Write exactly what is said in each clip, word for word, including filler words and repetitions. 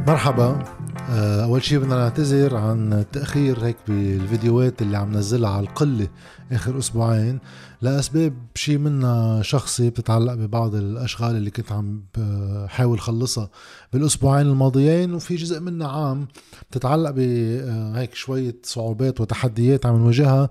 مرحبا. أول شيء بدنا نعتذر عن التأخير هيك بالفيديوهات اللي عم نزلها على القلة آخر أسبوعين لأسباب شيء منها شخصي بتتعلق ببعض الأشغال اللي كنت عم بحاول خلصها بالأسبوعين الماضيين، وفي جزء منها عام بتتعلق بهيك شوية صعوبات وتحديات عم نواجهها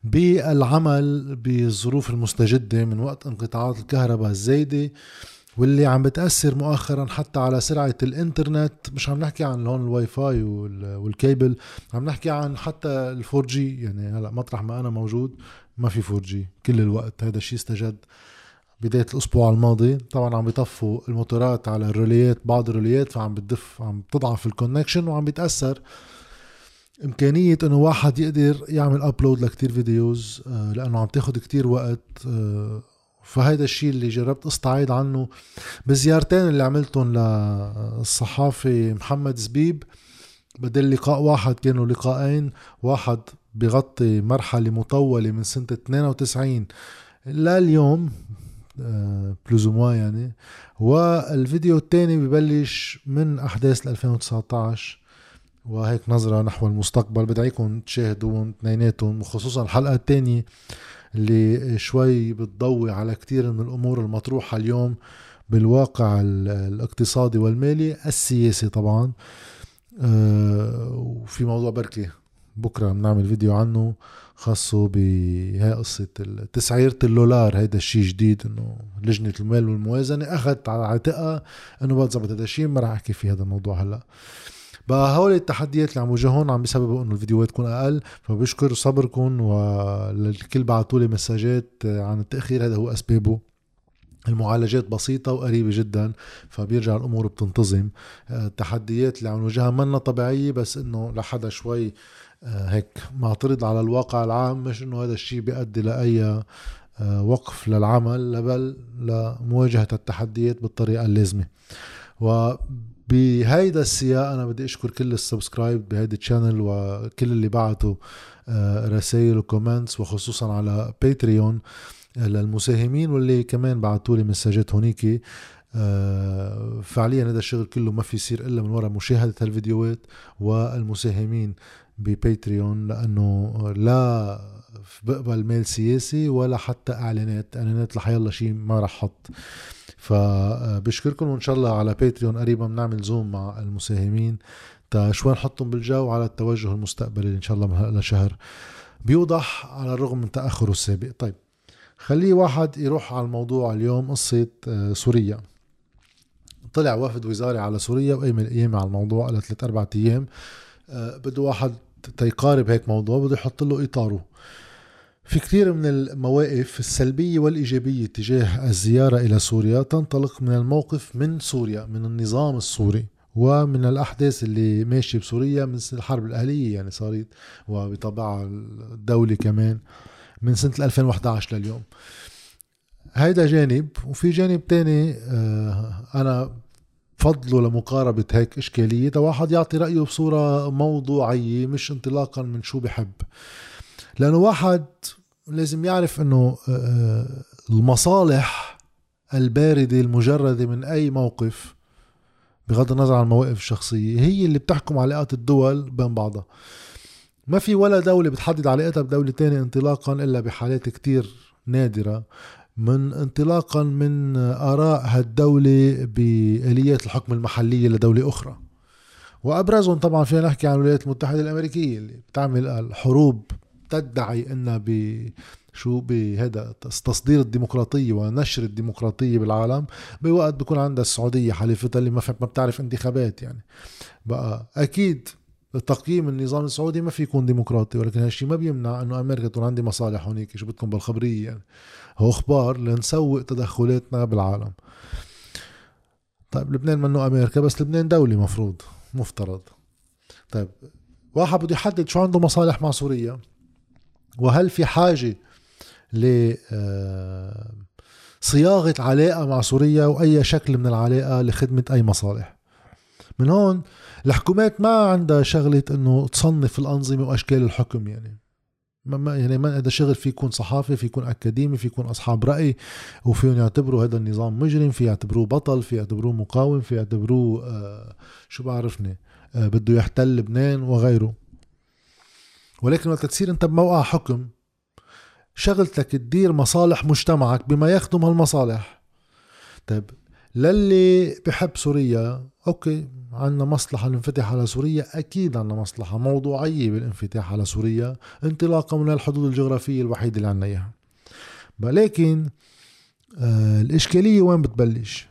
بالعمل بالظروف المستجدة من وقت انقطاعات الكهرباء الزايدة واللي عم بتأثر مؤخرا حتى على سرعة الانترنت. مش عم نحكي عن هون الواي فاي والكيبل، عم نحكي عن حتى الفور جي. يعني هلأ مطرح ما أنا موجود ما في فور جي كل الوقت. هذا الشيء استجد بداية الأسبوع الماضي. طبعا عم بيطفوا الموتورات على الروليات، بعض الروليات، فعم بتدف عم بتضعف الكونكشن وعم بيتأثر إمكانية إنه واحد يقدر يعمل أبلود لكتير فيديوز لأنه عم تاخد كتير وقت. فهيدا الشيء اللي جربت استعيد عنه بزيارتين اللي عملتهم للصحافي محمد زبيب. بدل لقاء واحد كانوا لقاءين، واحد بغطي مرحلة مطولة من سنة اثنين وتسعين لليوم بلوزوموا يعني، والفيديو الثاني ببلش من أحداث ألفين وتسعة عشر وهيك نظرة نحو المستقبل. بدعيكم تشاهدون اثنيناتهم، وخصوصا الحلقة الثانية اللي شوي بتضوي على كتير من الأمور المطروحة اليوم بالواقع الاقتصادي والمالي السياسي طبعا. أه وفي موضوع بركي بكرة بنعمل فيديو عنه خاصه بهاي قصة تسعيرة اللولار. هيدا الشيء جديد انه لجنة المال والموازنة اخذت على عاتقها انه بتزبط هذا الشيء. ما راح احكي في هذا الموضوع هلأ. بقى هول التحديات اللي عم وجهون عم بسببوا انه الفيديوهات تكون اقل، فبشكر صبركم، والكل بعتولي مساجات عن التأخير. هذا هو اسبابه. المعالجات بسيطة وقريبة جدا، فبيرجع الامور بتنتظم. التحديات اللي عم نواجهها منا طبيعية، بس انه لحدا شوي هيك معترض على الواقع العام، مش انه هذا الشيء بيؤدي لأي وقف للعمل، بل لمواجهة التحديات بالطريقة اللازمة. و بهيدا السياق أنا بدي أشكر كل السبسكرايب بهيدا الشانل وكل اللي بعتوا رسائل وكومنتس، وخصوصا على باتريون للمساهمين واللي كمان بعتوا لي مساجات هونيكي. فعليا هذا الشغل كله ما في يصير إلا من وراء مشاهدة هالفيديوهات والمساهمين بباتريون، لأنه لا بقبل مال سياسي ولا حتى إعلانات إعلانات لحيالله شيء ما رح حط. فبشكركم، وإن شاء الله على باتريون قريبا بنعمل زوم مع المساهمين تا شوي نحطهم بالجو على التوجه المستقبلي إن شاء الله من هلأ لشهر بيوضح على الرغم من تأخره السابق. طيب خليه واحد يروح على الموضوع اليوم. قصة سوريا، طلع وفد وزاري على سوريا وأيام الأيام على الموضوع على ثلاث أربعة أيام. بده واحد تيقارب هيك موضوع بده يحط له إطاره. في كثير من المواقف السلبية والإيجابية تجاه الزيارة إلى سوريا تنطلق من الموقف من سوريا، من النظام السوري، ومن الأحداث اللي ماشي بسوريا من الحرب الأهلية يعني صارت، وبطبع الدولة كمان من سنة ألفين وإحدى عشر لليوم. هيدا جانب، وفي جانب تاني أنا فضله لمقاربة هيك إشكالية واحد يعطي رأيه بصورة موضوعية مش انطلاقا من شو بحب. لأنه واحد لازم يعرف أنه المصالح الباردة المجردة من أي موقف بغض النظر عن المواقف الشخصية هي اللي بتحكم علاقات الدول بين بعضها. ما في ولا دولة بتحدد علاقتها بدولة تانية انطلاقا إلا بحالات كتير نادرة، من انطلاقا من آراء هالدولة بآليات الحكم المحلية لدولة أخرى. وأبرزهم طبعا فينا نحكي عن الولايات المتحدة الأمريكية اللي بتعمل الحروب تدعي انها ب شو بهذا تصدير الديمقراطية ونشر الديمقراطية بالعالم، بوقت بيكون عندها السعودية حليفتها اللي ما ما بتعرف انتخابات. يعني بقى اكيد تقييم النظام السعودي ما في يكون ديمقراطي، ولكن هالشي ما بيمنع انه امريكا تكون عندي مصالح هونيك. شو بدكم بالخبرية؟ يعني هو اخبار لنسوق تدخلاتنا بالعالم. طيب لبنان منه امريكا، بس لبنان دولة مفروض مفترض. طيب واحد بده يحدد شو عنده مصالح مع سوريا، وهل في حاجة لصياغة علاقة مع سوريا وأي شكل من العلاقة لخدمة أي مصالح. من هون الحكومات ما عندها شغلة أنه تصنف الأنظمة وأشكال الحكم. يعني ما يعني ما هذا شغل في يكون صحافي، في يكون أكاديمي، في يكون أصحاب رأي، وفيهم يعتبروا هذا النظام مجرم، في يعتبروه بطل، في يعتبروه مقاوم، في يعتبروه آه شو بعرفني آه بده يحتل لبنان وغيره. ولكن وقت تصير أنت بموقع حكم، شغلتك تدير مصالح مجتمعك بما يخدم هالمصالح. طيب للي بحب سوريا، اوكي عنا مصلحة ننفتح على سوريا، اكيد عنا مصلحة موضوعية بالانفتاح على سوريا انطلاقا من الحدود الجغرافية الوحيدة اللي عنا اياها. لكن آه الاشكالية وين بتبلش؟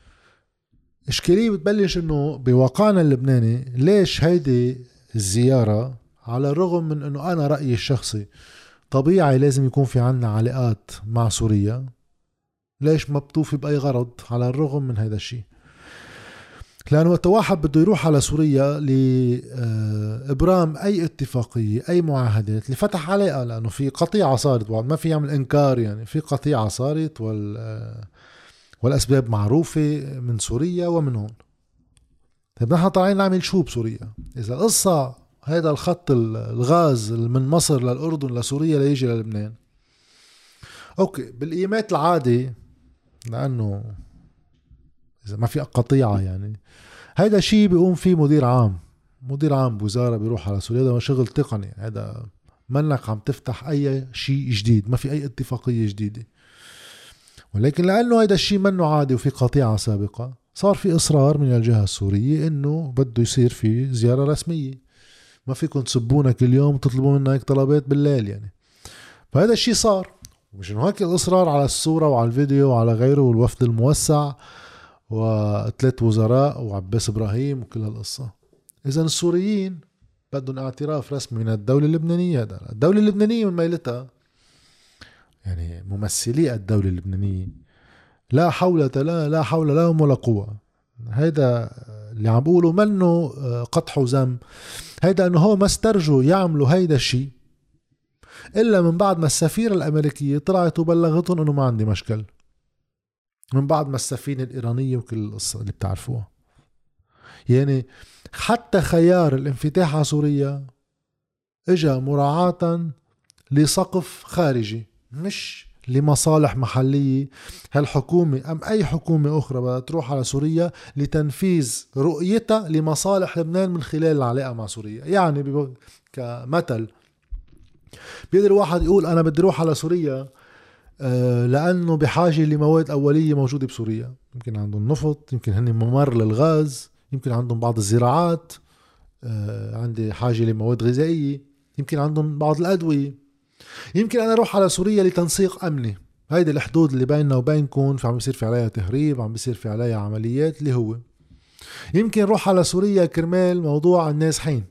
اشكالية بتبلش انه بواقعنا اللبناني، ليش هيدي الزيارة على الرغم من انه انا رأيي الشخصي طبيعي لازم يكون في عنا علاقات مع سوريا، ليش ما بتوفي بأي غرض على الرغم من هذا الشيء؟ لأنه وقت واحد بده يروح على سوريا لإبرام أي اتفاقية أي معاهدات اللي فتح علاقة، لأنه في قطيعة صارت، ما في يعمل إنكار، يعني في قطيعة صارت وال والأسباب معروفة من سوريا ومن هون. طيب نحن طالعين نعمل شو بسوريا؟ إذا القصة هذا الخط الغاز من مصر للأردن لسوريا ليجي للبنان، أوكي بالقيمات العادي، لأنه إذا ما في قطيعة يعني هيدا شيء بيقوم فيه مدير عام، مدير عام بوزارة بيروح على سوريا، هذا شغل تقني، هذا منك عم تفتح أي شيء جديد، ما في أي اتفاقية جديدة. ولكن لأنه هيدا الشيء منه عادي وفي قطيعة سابقة، صار في إصرار من الجهة السورية إنه بده يصير في زيارة رسمية، ما فيكم تسبونا كل يوم وتطلبوا منا هيك طلبات بالليل يعني. فهذا الشيء صار، مش إنه هيك الإصرار على الصورة وعلى الفيديو وعلى غيره، والوفد الموسع وثلاث وزراء وعباس إبراهيم وكل هالقصة. إذن السوريين بدهم اعتراف رسمي من الدولة اللبنانية. هذا الدولة اللبنانية من ميلتها يعني ممثلي الدولة اللبنانية لا حول لا لا حول لهم ولا قوة. هيدا اللي عم بقوله منه قطح وذم، هيدا انه هو ما استرجوا يعملوا هيدا الشيء الا من بعد ما السفيرة الامريكية طلعت وبلغتهم انه ما عندي مشكل، من بعد ما السفينة الإيرانية وكل القصة اللي بتعرفوها. يعني حتى خيار الانفتاح على سوريا اجا مراعاة لسقف خارجي مش لمصالح محلية. هالحكومة أم أي حكومة أخرى بدها تروح على سوريا لتنفيذ رؤيتها لمصالح لبنان من خلال العلاقة مع سوريا. يعني كمثل بيقدر واحد يقول أنا بدي روح على سوريا لأنه بحاجة لمواد أولية موجودة بسوريا، يمكن عندهم نفط، يمكن هني ممر للغاز، يمكن عندهم بعض الزراعات، عندي حاجة لمواد غذائية، يمكن عندهم بعض الأدوية. يمكن أنا أروح على سوريا لتنسيق أمني، هيدي الحدود اللي بيننا وبينكم فعم بيصير في عليها تهريب، عم بيصير في عليها عمليات اللي هو. يمكن روح على سوريا كرمال موضوع النازحين،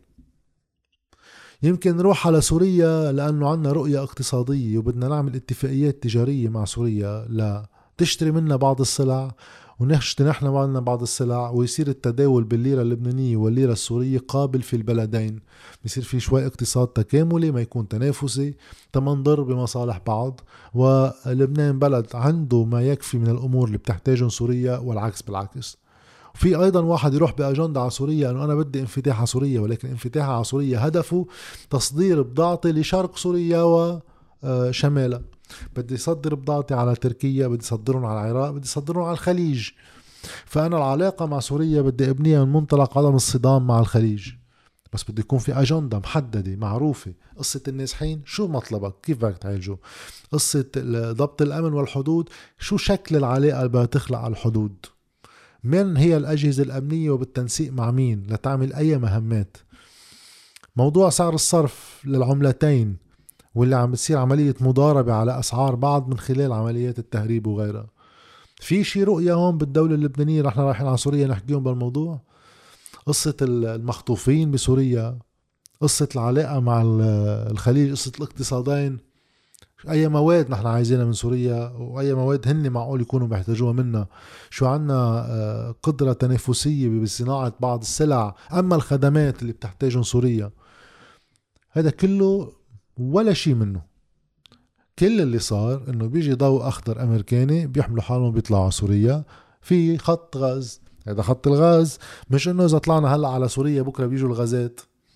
يمكن نروح على سوريا لأنه عنا رؤية اقتصادية وبدنا نعمل اتفاقيات تجارية مع سوريا لا تشتري منا بعض السلع ونشتري نحن معنا بعض السلع، ويصير التداول بالليرة اللبنانية والليرة السورية قابل في البلدين، بيصير في شوي اقتصاد تكاملي ما يكون تنافسي تمنضر بمصالح بعض، ولبنان بلد عنده ما يكفي من الأمور اللي بتحتاجهم سوريا والعكس بالعكس. في ايضا واحد يروح باجنده على سوريا انه انا بدي انفتاح على سوريا، ولكن انفتاح على سوريا هدفه تصدير بضاعتي لشرق سوريا وشمالها، بدي يصدر بضاعتي على تركيا، بدي يصدرهم على العراق، بدي يصدرهم على الخليج. فانا العلاقه مع سوريا بدي ابنيها من منطلق عدم الصدام مع الخليج، بس بده يكون في اجنده محدده معروفه. قصه النازحين شو مطلبك، كيف بدك تعالجه، قصه ضبط الامن والحدود شو شكل العلاقه اللي بدها تخلق على الحدود، من هي الأجهزة الأمنية وبالتنسيق مع مين لتعمل أي مهمات. موضوع سعر الصرف للعملتين واللي عم بتصير عملية مضاربة على أسعار بعض من خلال عمليات التهريب وغيرها. في شي رؤية هون بالدولة اللبنانية رح رايحين على سوريا نحكيهم بالموضوع. قصة المخطوفين بسوريا، قصة العلاقة مع الخليج، قصة الاقتصادين، اي مواد نحن عايزينها من سوريا واي مواد هن معقول يكونوا بيحتاجوها منا، شو عنا قدرة تنافسية بصناعة بعض السلع، اما الخدمات اللي بتحتاجهم سوريا هذا كله ولا شيء منه. كل اللي صار انه بيجي ضوء اخضر امريكاني بيحملوا حالهم بيطلعوا على سوريا في خط غاز. هذا خط الغاز مش انه اذا طلعنا هلا على سوريا بكره بيجوا الغازات،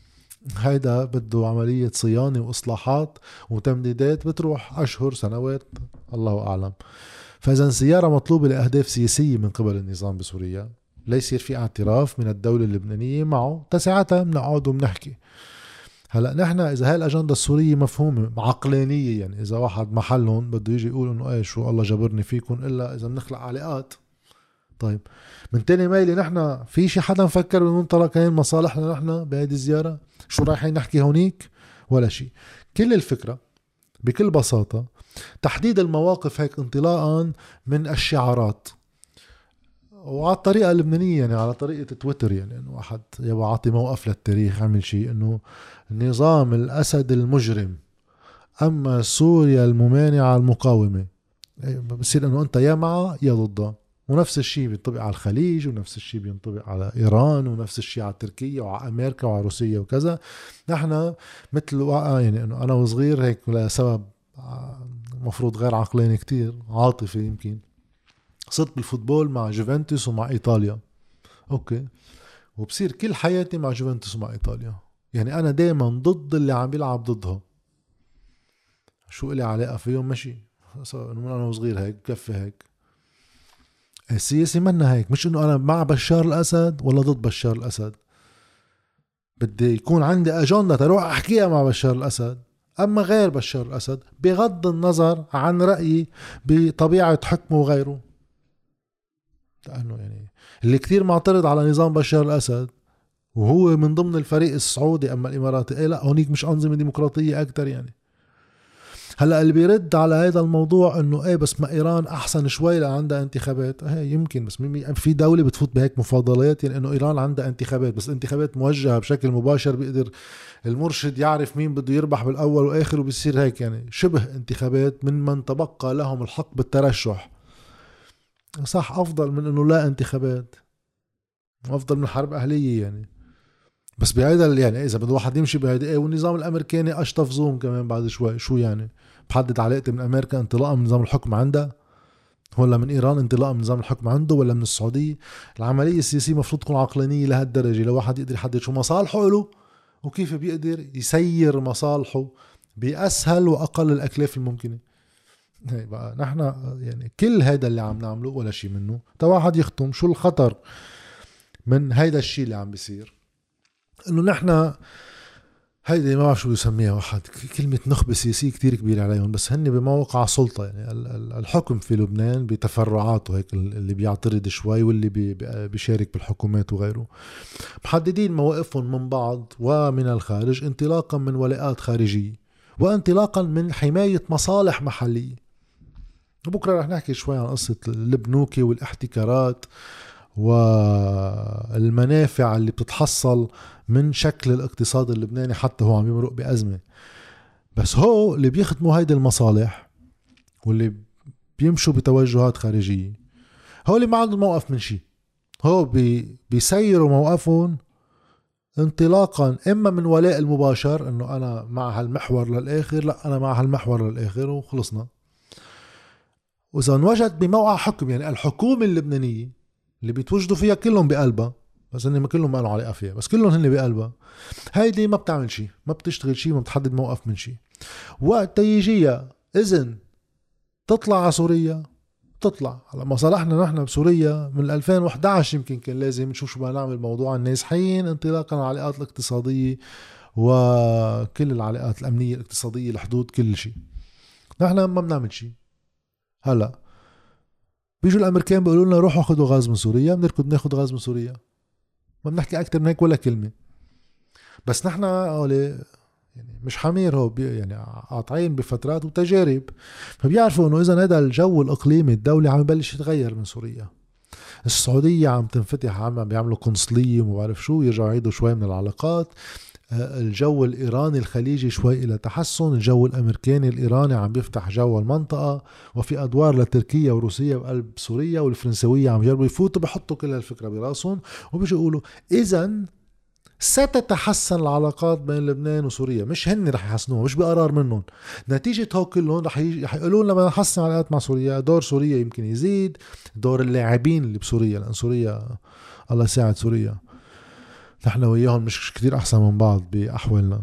هيدا بده عملية صيانة وإصلاحات وتمديدات بتروح أشهر سنوات الله أعلم. فإذا سيارة مطلوبة لأهداف سياسية من قبل النظام بسوريا ليصير في اعتراف من الدولة اللبنانية معه، تساعتها بنقعد وبنحكي. هلا نحن اذا هاي الاجنده السوريه مفهومه عقلانيه، يعني اذا واحد محلهم بده يجي يقول انه ايه شو الله جبرني فيكم الا اذا بنخلق علاقات. طيب من تاني ميلي نحن في شي حدا مفكر من منطلق هاي مصالحنا نحن بهيدي الزياره؟ شو رايحين نحكي هونيك؟ ولا شي. كل الفكره بكل بساطه تحديد المواقف هيك انطلاقا من الشعارات وعلى الطريقة اللبنانية، يعني على طريقة تويتر، يعني انه واحد يبغى عاطي موقف للتاريخ عمل شيء انه نظام الاسد المجرم اما سوريا الممانعة المقاومة. بصير انه انت يا معه يا ضده، ونفس الشيء بينطبق على الخليج، ونفس الشيء بينطبق على ايران، ونفس الشيء على تركيا وعلى امريكا وعلى روسيا وكذا. نحن مثل يعني انه انا وصغير هيك لسبب مفروض غير عقلاني كتير عاطفي يمكن صرت بالفوتبول مع جوفنتوس ومع ايطاليا، اوكي، وبصير كل حياتي مع جوفنتوس ومع ايطاليا. يعني انا دائما ضد اللي عم بيلعب ضدها. شو إلي علاقه فيهم؟ ماشي من انا وصغير هيك بكفي هيك. السياسي منا هيك، مش انه انا مع بشار الاسد ولا ضد بشار الاسد، بدي يكون عندي اجنده تروح احكيها مع بشار الاسد اما غير بشار الاسد بغض النظر عن رايي بطبيعه حكمه وغيره. لأنه يعني اللي كتير معترض على نظام بشار الأسد وهو من ضمن الفريق السعودي أما الإماراتي، إيه لا هونيك مش أنظمة ديمقراطية أكتر يعني. هلأ اللي بيرد على هذا الموضوع إنه إيه بس ما إيران أحسن شوي لأن عندها انتخابات، هي يمكن بس في دولة بتفوت بهيك مفاضلات، يعني إنه إيران عندها انتخابات بس انتخابات موجهة بشكل مباشر، بيقدر المرشد يعرف مين بده يربح بالأول وآخر وبيصير هيك يعني شبه انتخابات من من تبقى لهم الحق بالترشح. صح، افضل من انه لا انتخابات، افضل من حرب اهليه يعني. بس بهيدا يعني اذا بده واحد يمشي بهيدا ايه، والنظام الامريكاني اشطف زوم كمان بعد شوي، شو يعني بحدد علاقتي من امريكا انطلاقا من نظام الحكم عندها ولا من ايران انطلاقا من نظام الحكم عنده ولا من السعوديه؟ العمليه السياسيه مفروض تكون عقلانيه لهالدرجه لو واحد يقدر يحدد شو مصالحه له وكيف بيقدر يسير مصالحه باسهل واقل الاكلاف الممكنه. هي بقى نحن يعني كل هيدا اللي عم نعمله ولا شيء منه تا واحد يختم شو الخطر من هيدا الشيء اللي عم بيصير. انه نحن هيدا ما بعرف شو يسميها واحد، كلمة نخبة سياسية كتير كبيرة عليهم، بس هن بموقع سلطة. يعني الحكم في لبنان بتفرعاته هيك، اللي بيعترض شوي واللي بيشارك بالحكومات وغيره، محددين مواقفهم من بعض ومن الخارج انطلاقا من ولاءات خارجية وانطلاقا من حماية مصالح محلية. بكرة رح نحكي شوي عن قصة البنوكي والاحتكارات والمنافع اللي بتتحصل من شكل الاقتصاد اللبناني حتى هو عم يمرق بأزمة. بس هو اللي بيخدموا هيدي المصالح واللي بيمشوا بتوجهات خارجية، هو اللي ما عندهم موقف من شيء، هو بي بيسيروا موقفهم انطلاقا اما من ولاء المباشر انه انا مع هالمحور للاخر، لا انا مع هالمحور للاخر وخلصنا. وإذا انوجد بموقع حكم، يعني الحكومة اللبنانية اللي بيتوجدوا فيها كلهم بقلبها، بس هن ما كلهم ما لهم علاقة فيها، بس كلهم هن بقلبها، هيدي ما بتعمل شيء، ما بتشتغل شيء، ما بتحدد موقف من شيء. وقت يجيها إذن تطلع على سوريا تطلع على مصالحنا نحن بسوريا من ألفين وإحدى عشر يمكن كان لازم نشوف شو بدنا نعمل موضوع النازحين انطلاقا على العلاقات الاقتصادية وكل العلاقات الأمنية الاقتصادية الحدود كل شيء. نحن ما بنعمل شيء. هلا بيجوا الامريكان بيقولوا لنا روحوا خذوا غاز من سوريا، بنركض ناخذ غاز من سوريا، ما بنحكي اكثر من هيك ولا كلمه. بس نحن يعني مش حمير، هو يعني قاطعين بفترات وتجارب، فبيعرفوا انه اذا هذا الجو الاقليمي الدولي عم يبلش يتغير من سوريا، السعوديه عم تنفتح، عم بيعملوا قنصليه وما بعرف شو، يرجعوا يعيدوا شوي من العلاقات، الجو الإيراني الخليجي شوي إلى تحسن، الجو الأمريكاني الإيراني عم بيفتح جو المنطقة، وفي أدوار لتركيا وروسيا بقلب سوريا، والفرنسوية عم يجربوا يفوتوا بحطوا كل الفكرة براسهم وبيجوا يقولوا إذن ستتحسن العلاقات بين لبنان وسوريا. مش هن رح يحسنوها، مش بقرار منهم، نتيجة هو كلهم رح يقولون لما نحسن العلاقات مع سوريا دور سوريا يمكن يزيد، دور اللاعبين اللي بسوريا، لأن سوريا الله يساعد سوريا. نحن وياهم مش كتير أحسن من بعض بأحوالنا.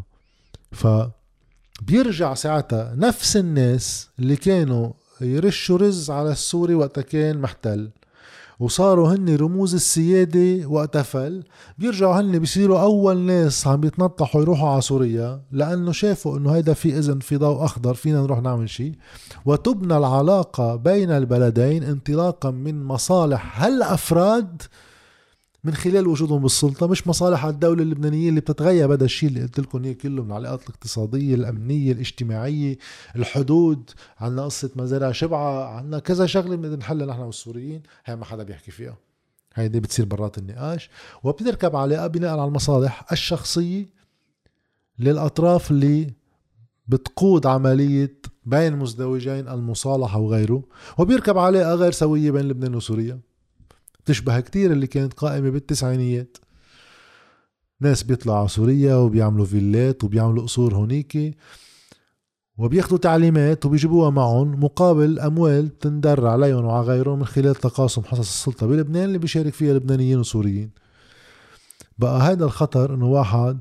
فبيرجع ساعتها نفس الناس اللي كانوا يرشوا رز على السوري وقتا كان محتل وصاروا هن رموز السيادة وقتا فل، بيرجعوا هن بيصيروا أول ناس عم بيتنطحوا يروحوا على سوريا لأنه شافوا إنه هيدا في إذن في ضوء أخضر فينا نروح نعمل شيء. وتبنى العلاقة بين البلدين انطلاقا من مصالح هالأفراد من خلال وجودهم بالسلطة، مش مصالح الدولة اللبنانية اللي بتتغير. هذا الشيء اللي قلت لكم اياه كله من العلاقات الاقتصادية الأمنية الاجتماعية الحدود، عنا قصة مزارع شبعة، عنا كذا شغلة بدنا نحلها نحن والسوريين، هي ما حدا بيحكي فيها، هيدي بتصير برات النقاش. وبتركب علاقة بناء على المصالح الشخصية للأطراف اللي بتقود عملية بين مزدوجين المصالحة وغيره، وبيركب علاقة غير سوية بين لبنان وسوريا تشبه كتير اللي كانت قائمة بالتسعينيات. ناس بيطلعوا على سوريا وبيعملوا فيلات وبيعملوا قصور هونيكي وبياخدوا تعليمات وبيجيبوها معهم مقابل أموال تندر عليهم وعلى غيرهم من خلال تقاسم حصص السلطة بلبنان اللي بيشارك فيها لبنانيين وسوريين. بقى هيدا الخطر انه واحد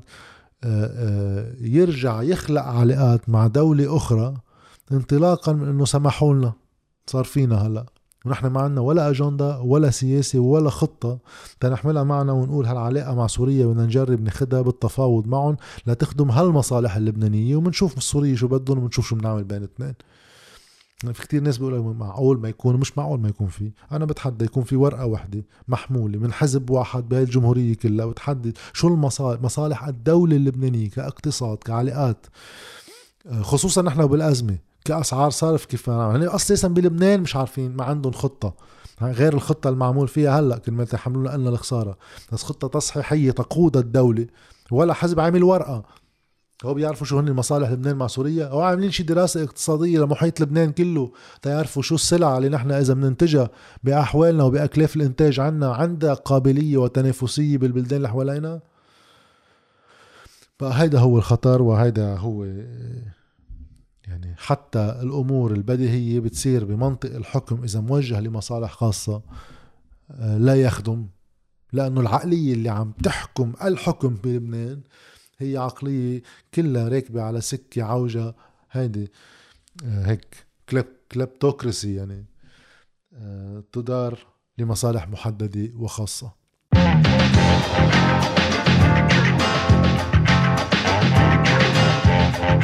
يرجع يخلق علاقات مع دولة أخرى انطلاقا من انه سمحوا لنا، صار فينا هلأ ونحن ما عنا ولا أجندة ولا سياسة ولا خطة تنحملها معنا ونقول هالعلاقة مع سوريا بدنا نجرب ناخدها بالتفاوض معهم لتخدم هالمصالح اللبنانية ومنشوف السورية شو بدهم ومنشوف شو بنعمل بين اثنين. في كتير ناس بيقولوا معقول ما يكون، مش معقول ما يكون في. أنا بتحدى يكون في ورقة واحدة محمولة من حزب واحد بهاي الجمهورية كلها وتحدد شو المصالح، مصالح الدولة اللبنانية كاقتصاد كعلاقات، خصوصا نحن بالأزمة كأسعار صرف كيف يعني أساسا بلبنان مش عارفين، ما عندهم خطة غير الخطة المعمول فيها هلأ كلمة يحملون لنا الخسارة، بس خطة تصحيحية تقود الدولة ولا حزب عامل ورقة. هو بيعرفوا شو هن المصالح لبنان مع سوريا، أو عاملين شي دراسة اقتصادية لمحيط لبنان كله تيعرفوا شو السلع اللي نحن إذا بننتجها بأحوالنا وبأكلاف الإنتاج عنا عندها قابلية وتنافسية بالبلدان اللي حوالينا. فهيدا هو الخطر، وهيدا هو يعني حتى الأمور البديهية بتصير بمنطق الحكم إذا موجه لمصالح خاصة لا يخدم، لأنه العقلية اللي عم تحكم الحكم بلبنان هي عقلية كلها راكبة على سكة عوجة، هيدي هيك كليب كليبتوكراسي، يعني تدار لمصالح محددة وخاصة.